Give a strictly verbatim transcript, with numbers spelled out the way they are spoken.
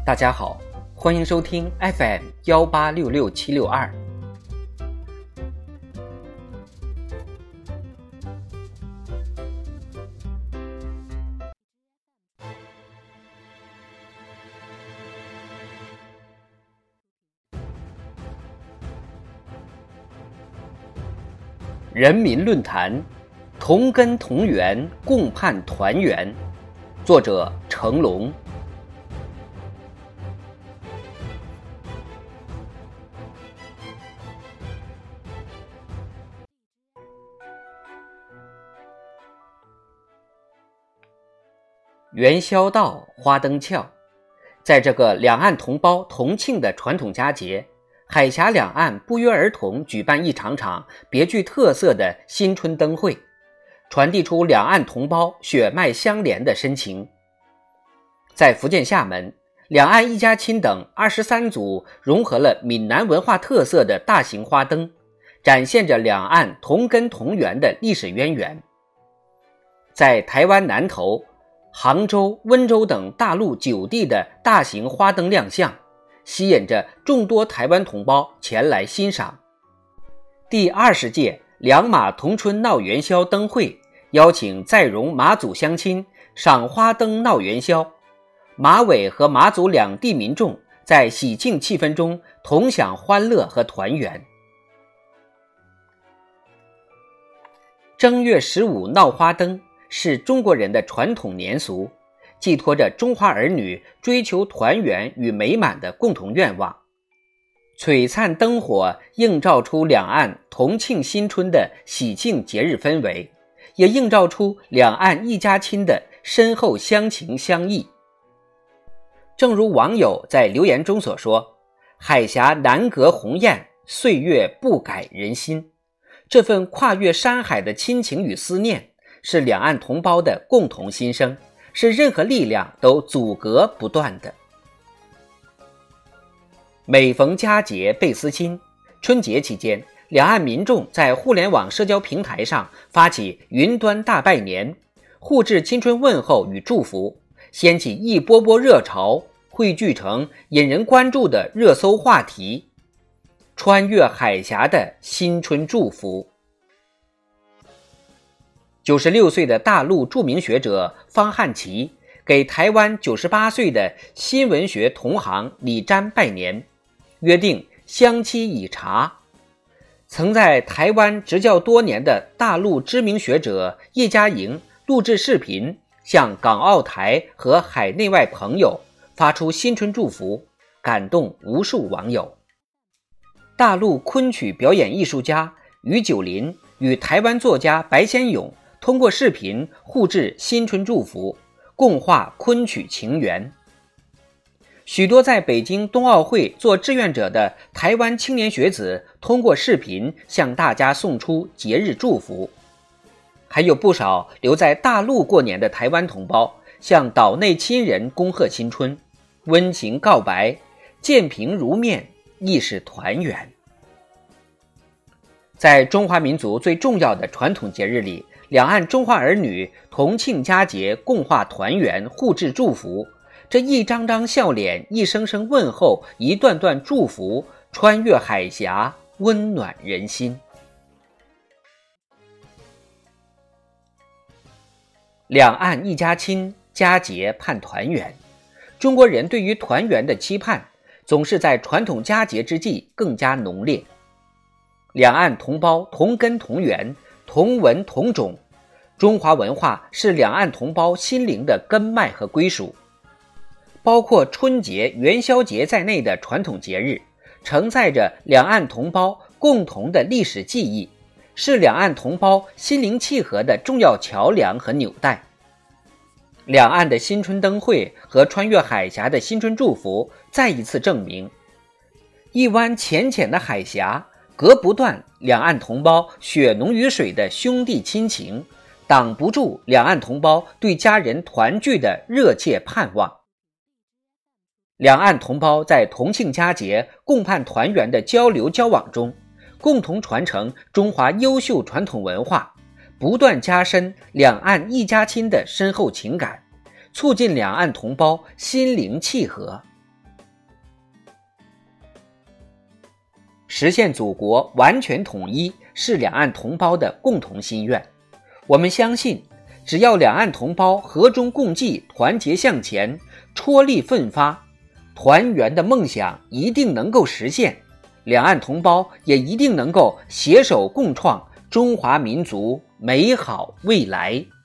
大家好，欢迎收听 F M 一八六六七六二。人民论坛，同根同源，共盼团圆。作者成龙。元宵到，花灯俏。在这个两岸同胞同庆的传统佳节，海峡两岸不约而同举办一场场别具特色的新春灯会，传递出两岸同胞血脉相连的深情。在福建厦门，两岸一家亲等二十三组融合了闽南文化特色的大型花灯，展现着两岸同根同源的历史渊源。在台湾南投、杭州、温州等大陆九地的大型花灯亮相，吸引着众多台湾同胞前来欣赏。第二十届两马同春闹元宵灯会邀请在蓉马祖乡亲赏花灯闹元宵，马尾和马祖两地民众在喜庆气氛中同享欢乐和团圆。正月十五闹花灯是中国人的传统年俗，寄托着中华儿女追求团圆与美满的共同愿望。璀璨灯火映照出两岸同庆新春的喜庆节日氛围，也映照出两岸一家亲的深厚乡情相忆。正如网友在留言中所说，海峡南隔鸿雁，岁月不改人心。这份跨越山海的亲情与思念，是两岸同胞的共同心声，是任何力量都阻隔不断的。每逢佳节倍思亲，春节期间，两岸民众在互联网社交平台上发起云端大拜年，互致青春问候与祝福，掀起一波波热潮，汇聚成引人关注的热搜话题：穿越海峡的新春祝福。九十六岁的大陆著名学者方汉奇给台湾九十八岁的新闻学同行李瞻拜年，约定相期以茶。曾在台湾执教多年的大陆知名学者叶嘉莹录制视频，向港澳台和海内外朋友发出新春祝福，感动无数网友。大陆昆曲表演艺术家于九林与台湾作家白先勇通过视频互致新春祝福，共话昆曲情缘。许多在北京冬奥会做志愿者的台湾青年学子通过视频向大家送出节日祝福，还有不少留在大陆过年的台湾同胞向岛内亲人恭贺新春，温情告白，见屏如面，亦是团圆。在中华民族最重要的传统节日里，两岸中华儿女同庆佳节，共话团圆，互致祝福，这一张张笑脸，一声声问候，一段段祝福，穿越海峡，温暖人心。两岸一家亲，佳节盼团圆。中国人对于团圆的期盼，总是在传统佳节之际更加浓烈。两岸同胞同根同源，同文同种，中华文化是两岸同胞心灵的根脉和归属。包括春节、元宵节在内的传统节日，承载着两岸同胞共同的历史记忆，是两岸同胞心灵契合的重要桥梁和纽带。两岸的新春灯会和穿越海峡的新春祝福再一次证明，一湾浅浅的海峡隔不断两岸同胞血浓于水的兄弟亲情，挡不住两岸同胞对家人团聚的热切盼望。两岸同胞在同庆佳节共盼团圆的交流交往中，共同传承中华优秀传统文化，不断加深两岸一家亲的深厚情感，促进两岸同胞心灵契合。 实现祖国完全统一是两岸同胞的共同心愿。我们相信，只要两岸同胞和衷共济，团结向前，踔厉奋发，团圆的梦想一定能够实现，两岸同胞也一定能够携手共创中华民族美好未来。